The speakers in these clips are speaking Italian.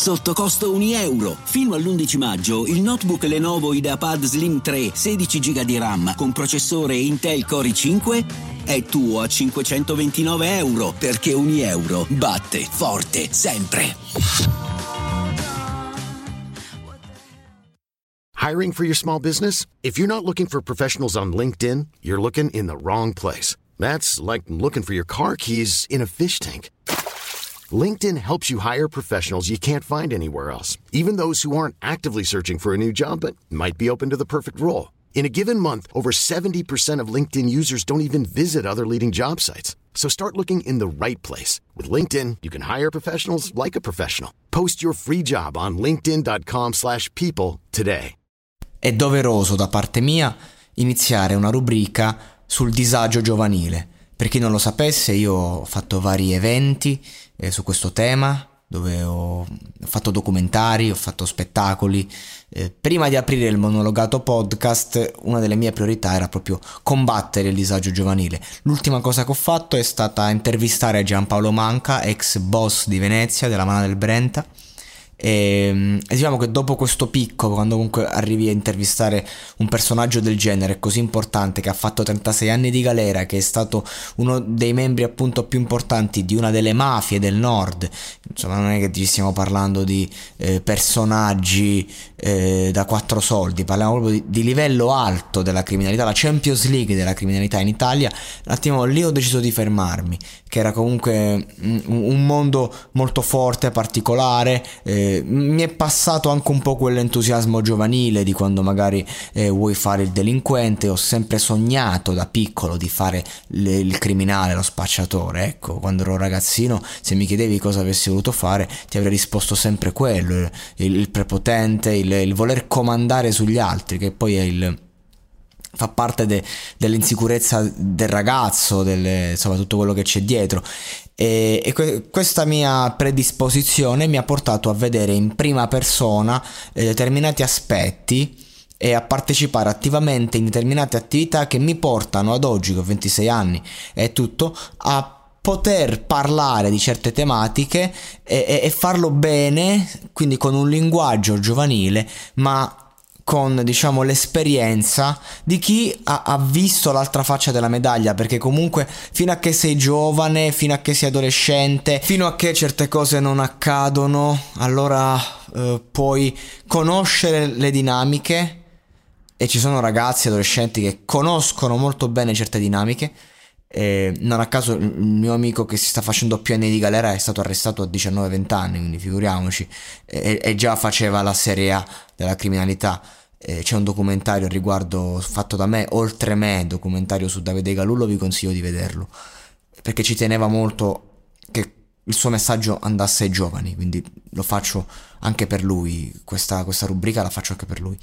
sotto costo €1. Fino all'11 maggio il notebook Lenovo IdeaPad Slim 3 16 GB di RAM con processore Intel Core i5 è tuo a €529, perché €1 batte forte sempre. Hiring for your small business? If you're not looking for professionals on LinkedIn, you're looking in the wrong place. That's like looking for your car keys in a fish tank. LinkedIn helps you hire professionals you can't find anywhere else, even those who aren't actively searching for a new job but might be open to the perfect role. In a given month, over 70% of LinkedIn users don't even visit other leading job sites. So start looking in the right place. With LinkedIn, you can hire professionals like a professional. Post your free job on linkedin.com/people today. È doveroso da parte mia iniziare una rubrica sul disagio giovanile. Per chi non lo sapesse, io ho fatto vari eventi su questo tema, dove ho fatto documentari, ho fatto spettacoli. Prima di aprire il monologato podcast, una delle mie priorità era proprio combattere il disagio giovanile. L'ultima cosa che ho fatto è stata intervistare Giampaolo Manca, ex boss di Venezia, della Mana del Brenta. E diciamo che dopo questo picco, quando comunque arrivi a intervistare un personaggio del genere così importante, che ha fatto 36 anni di galera, che è stato uno dei membri appunto più importanti di una delle mafie del nord, insomma non è che ci stiamo parlando di personaggi da quattro soldi, parliamo proprio di livello alto della criminalità, la Champions League della criminalità in Italia. Un attimo lì ho deciso di fermarmi, che era comunque un mondo molto forte, particolare. Mi è passato anche un po' quell'entusiasmo giovanile di quando magari vuoi fare il delinquente. Ho sempre sognato da piccolo di fare il criminale, lo spacciatore. Ecco, quando ero ragazzino, se mi chiedevi cosa avessi voluto fare, ti avrei risposto sempre quello, il prepotente, il voler comandare sugli altri, che poi è fa parte dell'insicurezza del ragazzo, insomma tutto quello che c'è dietro. E questa mia predisposizione mi ha portato a vedere in prima persona determinati aspetti e a partecipare attivamente in determinate attività che mi portano ad oggi, che ho 26 anni e tutto, a poter parlare di certe tematiche e farlo bene, quindi con un linguaggio giovanile, ma con, diciamo, l'esperienza di chi ha visto l'altra faccia della medaglia, perché comunque fino a che sei giovane, fino a che sei adolescente, fino a che certe cose non accadono, allora puoi conoscere le dinamiche, e ci sono ragazzi, adolescenti che conoscono molto bene certe dinamiche. Non a caso il mio amico che si sta facendo più anni di galera è stato arrestato a 19-20 anni, quindi figuriamoci, e già faceva la serie A della criminalità. C'è un documentario al riguardo fatto da me, Oltre me, documentario su Davide Galullo, vi consiglio di vederlo, perché ci teneva molto che il suo messaggio andasse ai giovani, quindi lo faccio anche per lui, questa rubrica la faccio anche per lui.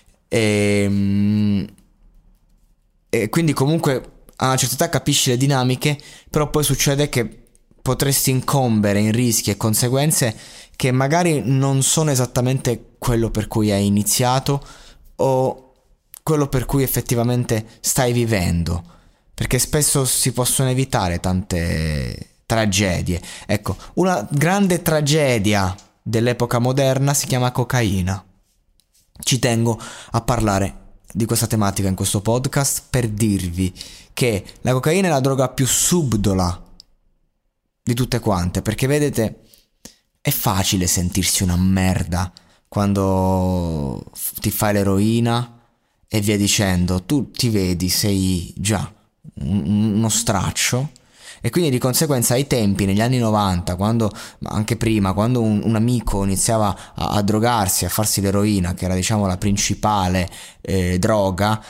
E quindi comunque a una certa età capisci le dinamiche, però poi succede che potresti incombere in rischi e conseguenze che magari non sono esattamente quello per cui hai iniziato o quello per cui effettivamente stai vivendo, perché spesso si possono evitare tante tragedie. Ecco, una grande tragedia dell'epoca moderna si chiama cocaina. Ci tengo a parlare di questa tematica in questo podcast per dirvi che la cocaina è la droga più subdola di tutte quante, perché vedete, è facile sentirsi una merda quando ti fai l'eroina e via dicendo. Tu ti vedi, sei già uno straccio, e quindi di conseguenza ai tempi, negli anni 90, quando, ma anche prima, quando un amico iniziava a drogarsi, a farsi l'eroina, che era diciamo la principale droga,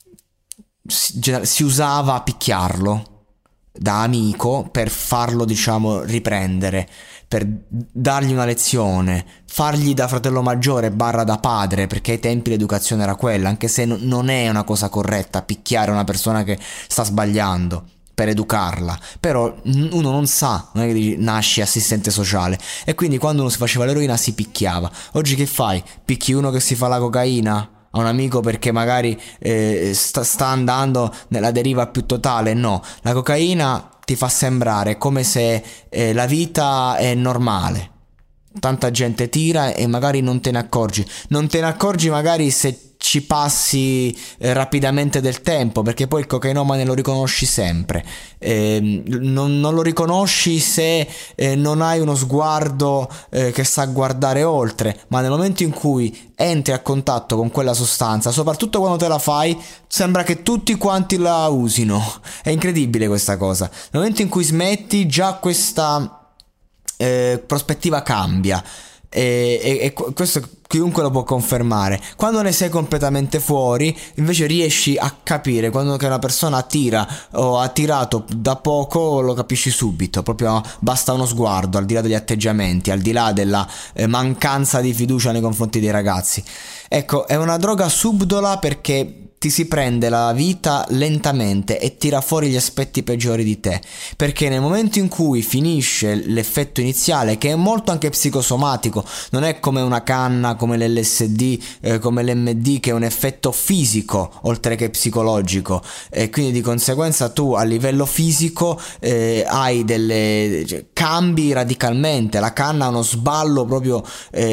si usava a picchiarlo da amico per farlo, diciamo, riprendere, per dargli una lezione, fargli da fratello maggiore barra da padre, perché ai tempi l'educazione era quella, anche se non è una cosa corretta picchiare una persona che sta sbagliando, per educarla, però uno non sa, non è che nasci assistente sociale, e quindi quando uno si faceva l'eroina si picchiava. Oggi che fai? Picchi uno che si fa la cocaina a un amico perché magari sta andando nella deriva più totale? No, la cocaina ti fa sembrare come se la vita è normale, tanta gente tira e magari non te ne accorgi magari se ci passi rapidamente del tempo, perché poi il cocainomane lo riconosci sempre, non lo riconosci se non hai uno sguardo che sa guardare oltre, ma nel momento in cui entri a contatto con quella sostanza, soprattutto quando te la fai, sembra che tutti quanti la usino. È incredibile questa cosa. Nel momento in cui smetti, già questa prospettiva cambia. E questo chiunque lo può confermare. Quando ne sei completamente fuori, invece riesci a capire quando che una persona tira o ha tirato da poco, lo capisci subito, proprio basta uno sguardo, al di là degli atteggiamenti, al di là della mancanza di fiducia nei confronti dei ragazzi. Ecco, è una droga subdola perché ti si prende la vita lentamente e tira fuori gli aspetti peggiori di te, perché nel momento in cui finisce l'effetto iniziale, che è molto anche psicosomatico, non è come una canna, come l'LSD, come l'MD, che è un effetto fisico oltre che psicologico, e quindi di conseguenza tu a livello fisico hai cambi radicalmente. La canna ha uno sballo proprio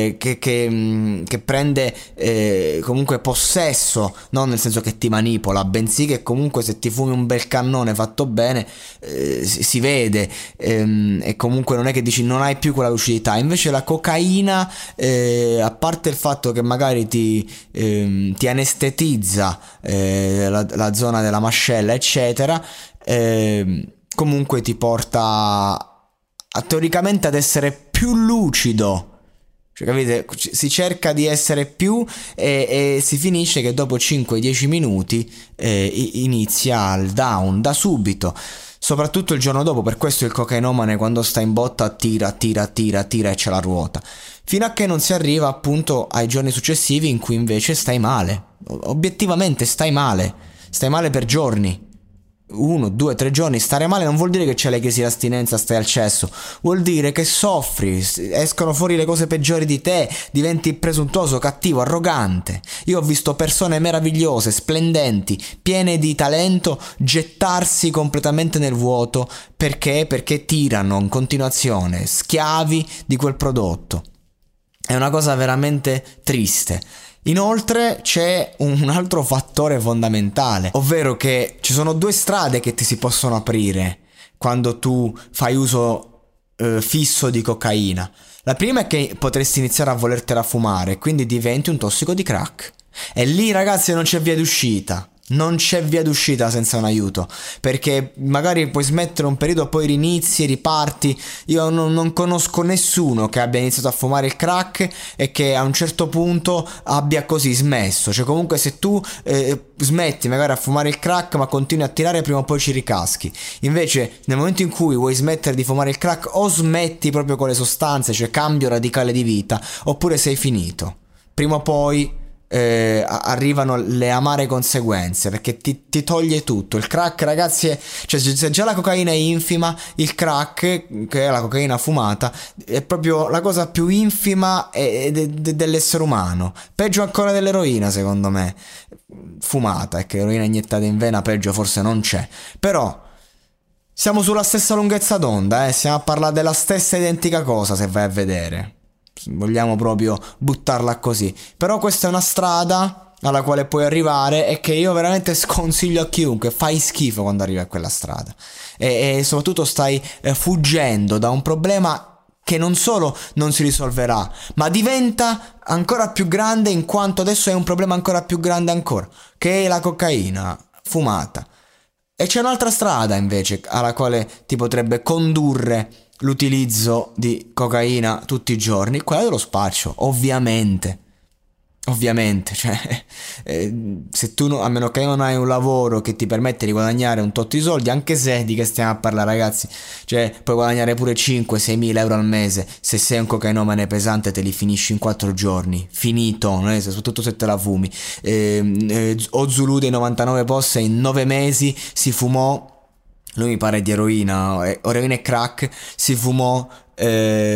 che prende comunque possesso, non nel senso che ti manipola, bensì che comunque se ti fumi un bel cannone fatto bene si vede, e comunque non è che dici non hai più quella lucidità. Invece la cocaina, a parte il fatto che magari ti anestetizza la zona della mascella eccetera, comunque ti porta teoricamente ad essere più lucido. Cioè, capite? Si cerca di essere più e si finisce che dopo 5-10 minuti inizia il down da subito, soprattutto il giorno dopo. Per questo il cocainomane quando sta in botta tira e c'è la ruota, fino a che non si arriva appunto ai giorni successivi in cui invece stai male, obiettivamente stai male per giorni. 1, 2, 3 giorni. Stare male non vuol dire che c'è le crisi di astinenza, stai al cesso, vuol dire che soffri, escono fuori le cose peggiori di te, diventi presuntuoso, cattivo, arrogante. Io ho visto persone meravigliose, splendenti, piene di talento gettarsi completamente nel vuoto perché tirano in continuazione, schiavi di quel prodotto. È una cosa veramente triste. Inoltre c'è un altro fattore fondamentale, ovvero che ci sono due strade che ti si possono aprire quando tu fai uso fisso di cocaina. La prima è che potresti iniziare a volertela fumare, quindi diventi un tossico di crack. E lì, ragazzi, non c'è via d'uscita. Non c'è via d'uscita senza un aiuto, perché magari puoi smettere un periodo, poi rinizi e riparti. Io non conosco nessuno che abbia iniziato a fumare il crack e che a un certo punto abbia così smesso. Cioè comunque se tu smetti magari a fumare il crack ma continui a tirare, prima o poi ci ricaschi. Invece nel momento in cui vuoi smettere di fumare il crack, o smetti proprio con le sostanze, cioè cambio radicale di vita, oppure sei finito. Prima o poi arrivano le amare conseguenze, perché ti toglie tutto. Il crack, ragazzi, cioè se già la cocaina è infima, il crack, che è la cocaina fumata, è proprio la cosa più infima dell'essere umano, peggio ancora dell'eroina secondo me fumata. È che l'eroina iniettata in vena peggio forse non c'è, però siamo sulla stessa lunghezza d'onda, stiamo a parlare della stessa identica cosa, se vai a vedere, vogliamo proprio buttarla così. Però questa è una strada alla quale puoi arrivare e che io veramente sconsiglio a chiunque. Fai schifo quando arrivi a quella strada e soprattutto stai fuggendo da un problema che non solo non si risolverà, ma diventa ancora più grande, in quanto adesso è un problema ancora più grande ancora, che è la cocaina fumata. E c'è un'altra strada invece alla quale ti potrebbe condurre l'utilizzo di cocaina tutti i giorni, quella dello spaccio, ovviamente, cioè se tu a meno che non hai un lavoro che ti permette di guadagnare un tot di soldi, anche se di che stiamo a parlare, ragazzi, cioè puoi guadagnare pure 5-6 mila euro al mese, se sei un cocainomane pesante te li finisci in 4 giorni, finito, soprattutto se te la fumi. Ozulu dei 99 posse in 9 mesi si fumò, lui mi pare di eroina e crack, si fumò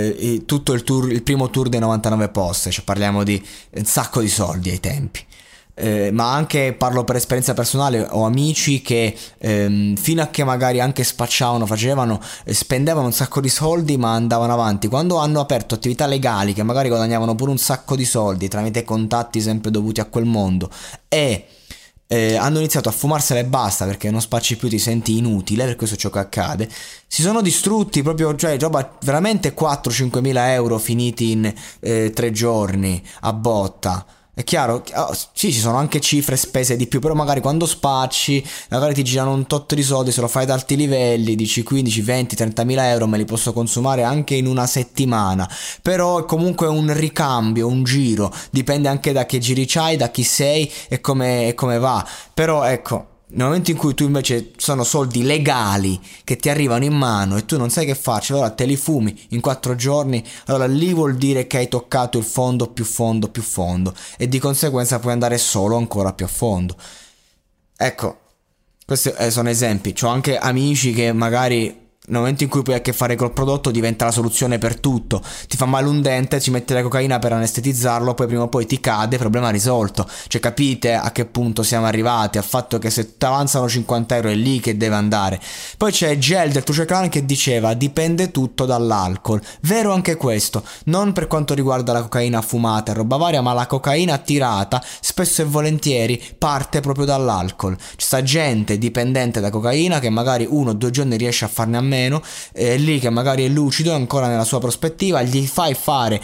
tutto il primo tour dei 99 posse, cioè parliamo di un sacco di soldi ai tempi. ma anche parlo per esperienza personale, ho amici che fino a che magari anche spacciavano, facevano, spendevano un sacco di soldi ma andavano avanti. Quando hanno aperto attività legali che magari guadagnavano pure un sacco di soldi tramite contatti sempre dovuti a quel mondo e hanno iniziato a fumarsela e basta, perché non spacci più, ti senti inutile, per questo è ciò che accade, si sono distrutti proprio, cioè roba veramente 4-5 mila euro finiti in 3 giorni a botta. È chiaro, sì, ci sono anche cifre spese di più, però magari quando spacci, magari ti girano un tot di soldi, se lo fai ad alti livelli, dici 15, 20, 30 mila euro me li posso consumare anche in una settimana, però è comunque un ricambio, un giro, dipende anche da che giri c'hai, da chi sei e come va, però ecco, nel momento in cui tu invece sono soldi legali che ti arrivano in mano e tu non sai che farci, allora te li fumi in 4 giorni, allora lì vuol dire che hai toccato il fondo più fondo più fondo e di conseguenza puoi andare solo ancora più a fondo. Ecco, questi sono esempi. C'ho anche amici che magari nel momento in cui poi hai a che fare col prodotto diventa la soluzione per tutto. Ti fa male un dente, ci metti la cocaina per anestetizzarlo, poi prima o poi ti cade, problema risolto. Cioè capite a che punto siamo arrivati, al fatto che se ti avanzano 50 euro è lì che deve andare. Poi c'è Gel del Tuce Clan che diceva dipende tutto dall'alcol. Vero anche questo, non per quanto riguarda la cocaina fumata e roba varia, ma la cocaina tirata spesso e volentieri parte proprio dall'alcol. C'è sta gente dipendente da cocaina che magari 1 o 2 giorni riesce a farne a meno, è lì che magari è lucido e ancora nella sua prospettiva, gli fai fare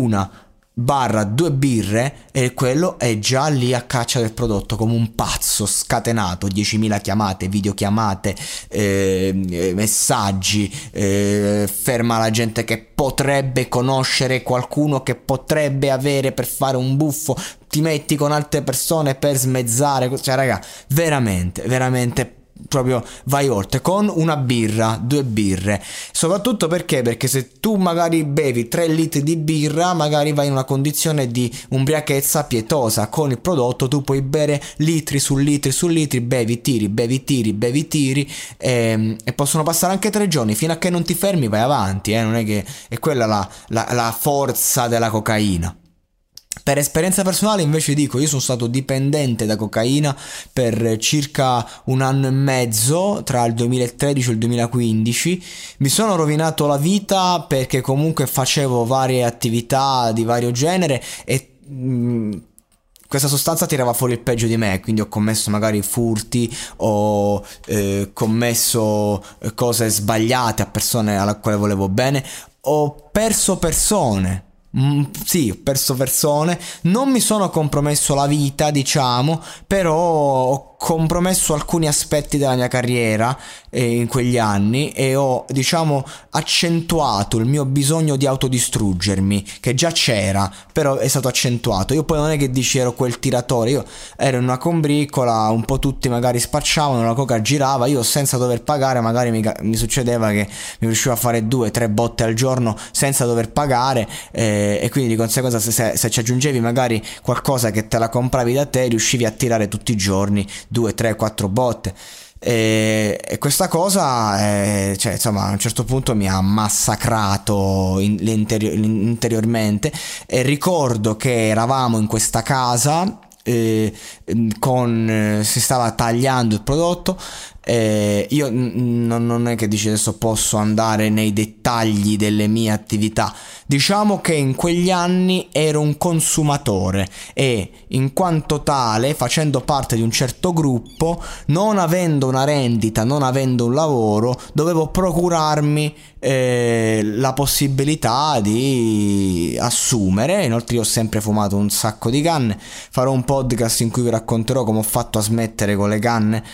1/2 birre e quello è già lì a caccia del prodotto come un pazzo scatenato, 10.000 chiamate, videochiamate, messaggi, ferma la gente che potrebbe conoscere, qualcuno che potrebbe avere per fare un buffo, ti metti con altre persone per smezzare, cioè raga, veramente proprio vai oltre con 1 birra, 2 birre, soprattutto perché se tu magari bevi 3 litri di birra magari vai in una condizione di ubriachezza pietosa, con il prodotto tu puoi bere litri su litri su litri, bevi tiri e possono passare anche 3 giorni fino a che non ti fermi, vai avanti, non è che è quella la forza della cocaina. Per esperienza personale invece dico, io sono stato dipendente da cocaina per circa 1 anno e mezzo, tra il 2013 e il 2015, mi sono rovinato la vita perché comunque facevo varie attività di vario genere e questa sostanza tirava fuori il peggio di me, quindi ho commesso magari furti, ho commesso cose sbagliate a persone alla quale volevo bene, ho perso persone. Sì, ho perso persone, non mi sono compromesso la vita, diciamo, però ho compromesso alcuni aspetti della mia carriera in quegli anni e ho, diciamo, accentuato il mio bisogno di autodistruggermi, che già c'era, però è stato accentuato. Io poi non è che dici ero quel tiratore, io ero in una combriccola, un po' tutti magari spacciavano, la coca girava, io senza dover pagare magari mi succedeva che mi riuscivo a fare 2-3 botte al giorno senza dover pagare e quindi di conseguenza se ci aggiungevi magari qualcosa che te la compravi da te riuscivi a tirare tutti i giorni 2, 3, 4 botte e questa cosa cioè insomma a un certo punto mi ha massacrato interiormente e ricordo che eravamo in questa casa si stava tagliando il prodotto. Io non è che dici adesso posso andare nei dettagli delle mie attività, diciamo che in quegli anni ero un consumatore e in quanto tale, facendo parte di un certo gruppo, non avendo una rendita, non avendo un lavoro, dovevo procurarmi la possibilità di assumere. Inoltre io ho sempre fumato un sacco di canne, farò un podcast in cui vi racconterò come ho fatto a smettere con le canne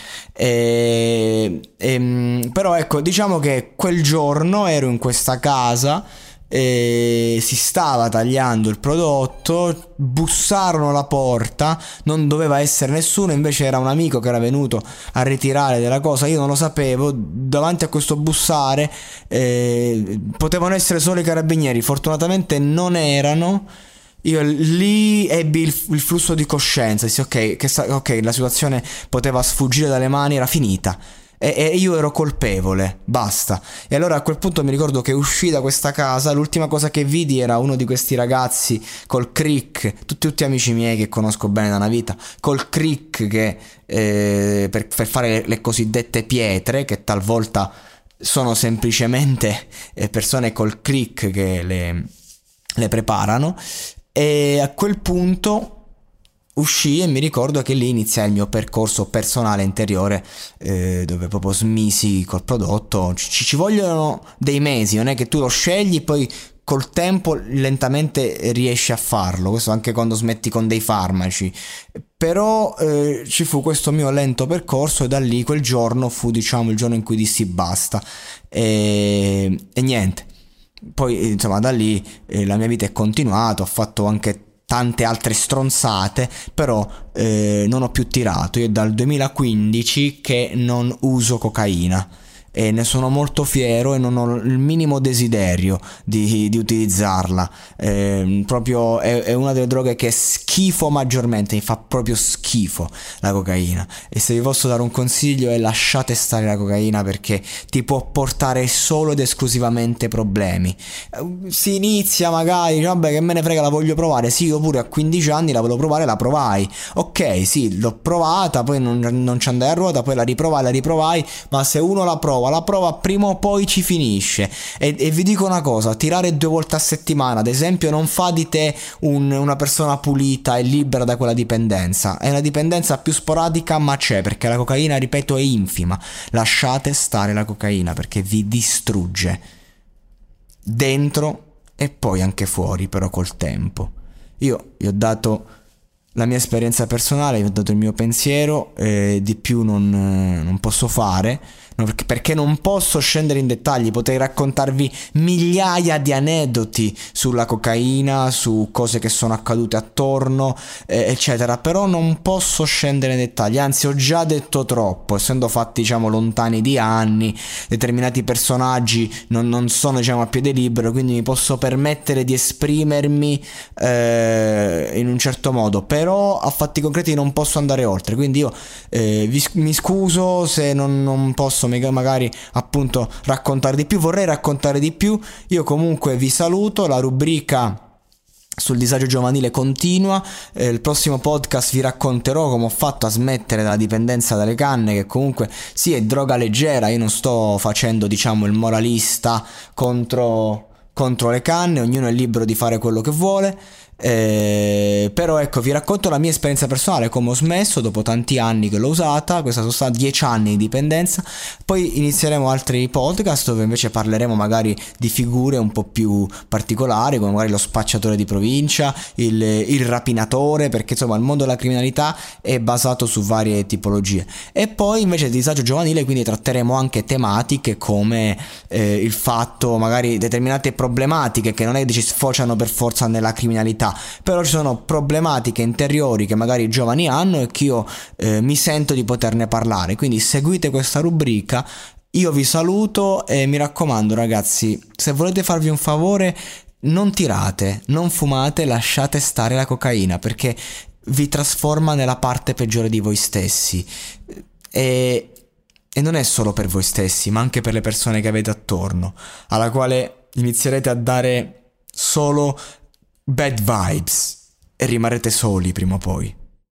però ecco, diciamo che quel giorno ero in questa casa si stava tagliando il prodotto, bussarono alla porta, non doveva essere nessuno, invece era un amico che era venuto a ritirare della cosa, io non lo sapevo. Davanti a questo bussare potevano essere solo i carabinieri, fortunatamente non erano. Io lì ebbi il flusso di coscienza, dissi ok, la situazione poteva sfuggire dalle mani, era finita. e io ero colpevole, basta. E allora a quel punto mi ricordo che uscii da questa casa, l'ultima cosa che vidi era uno di questi ragazzi col crick, tutti amici miei che conosco bene da una vita, col crick che per fare le cosiddette pietre, che talvolta sono semplicemente persone col crick che le preparano. E a quel punto uscii e mi ricordo che lì iniziai il mio percorso personale interiore, dove proprio smisi col prodotto. Ci vogliono dei mesi, non è che tu lo scegli poi col tempo lentamente riesci a farlo, questo anche quando smetti con dei farmaci. Però ci fu questo mio lento percorso e da lì quel giorno fu, diciamo, il giorno in cui dissi basta e niente. Poi insomma da lì la mia vita è continuata, ho fatto anche tante altre stronzate, però non ho più tirato. Io è dal 2015 che non uso cocaina e ne sono molto fiero e non ho il minimo desiderio di utilizzarla. Proprio è una delle droghe che schifo maggiormente, mi fa proprio schifo la cocaina, e se vi posso dare un consiglio è: lasciate stare la cocaina, perché ti può portare solo ed esclusivamente problemi. Si inizia magari, vabbè, che me ne frega, la voglio provare. Sì, io pure a 15 anni la volevo provare, la provai, ok, sì, l'ho provata, poi non ci andai a ruota, poi la riprovai, ma se uno la prova prima o poi ci finisce. E vi dico una cosa: tirare 2 volte a settimana ad esempio non fa di te una persona pulita e libera da quella dipendenza. È una dipendenza più sporadica, ma c'è, perché la cocaina, ripeto, è infima. Lasciate stare la cocaina, perché vi distrugge dentro e poi anche fuori, però col tempo. Io vi ho dato la mia esperienza personale, vi ho dato il mio pensiero, di più non posso fare, perché non posso scendere in dettagli. Potrei raccontarvi migliaia di aneddoti sulla cocaina, su cose che sono accadute attorno, eccetera, però non posso scendere in dettagli, anzi ho già detto troppo, essendo fatti, diciamo, lontani di anni. Determinati personaggi non sono, diciamo, a piede libero, quindi mi posso permettere di esprimermi in un certo modo, però a fatti concreti non posso andare oltre. Quindi io mi scuso se non posso magari appunto raccontare di più. Vorrei raccontare di più. Io comunque vi saluto. La rubrica sul disagio giovanile continua. Il prossimo podcast vi racconterò come ho fatto a smettere dalla dipendenza dalle canne, che comunque sì, è droga leggera. Io non sto facendo, diciamo, il moralista contro le canne, ognuno è libero di fare quello che vuole. Però ecco, vi racconto la mia esperienza personale, come ho smesso dopo tanti anni che l'ho usata. Questa sono stati 10 anni di dipendenza. Poi inizieremo altri podcast dove invece parleremo magari di figure un po' più particolari, come magari lo spacciatore di provincia, il rapinatore, perché insomma il mondo della criminalità è basato su varie tipologie. E poi invece il disagio giovanile, quindi tratteremo anche tematiche come il fatto, magari determinate problematiche che non è che ci sfociano per forza nella criminalità, però ci sono problematiche interiori che magari i giovani hanno e che io mi sento di poterne parlare. Quindi seguite questa rubrica. Io vi saluto e mi raccomando, ragazzi, se volete farvi un favore, non tirate, non fumate, lasciate stare la cocaina, perché vi trasforma nella parte peggiore di voi stessi. E non è solo per voi stessi, ma anche per le persone che avete attorno, alla quale inizierete a dare solo bad vibes e rimarrete soli prima o poi.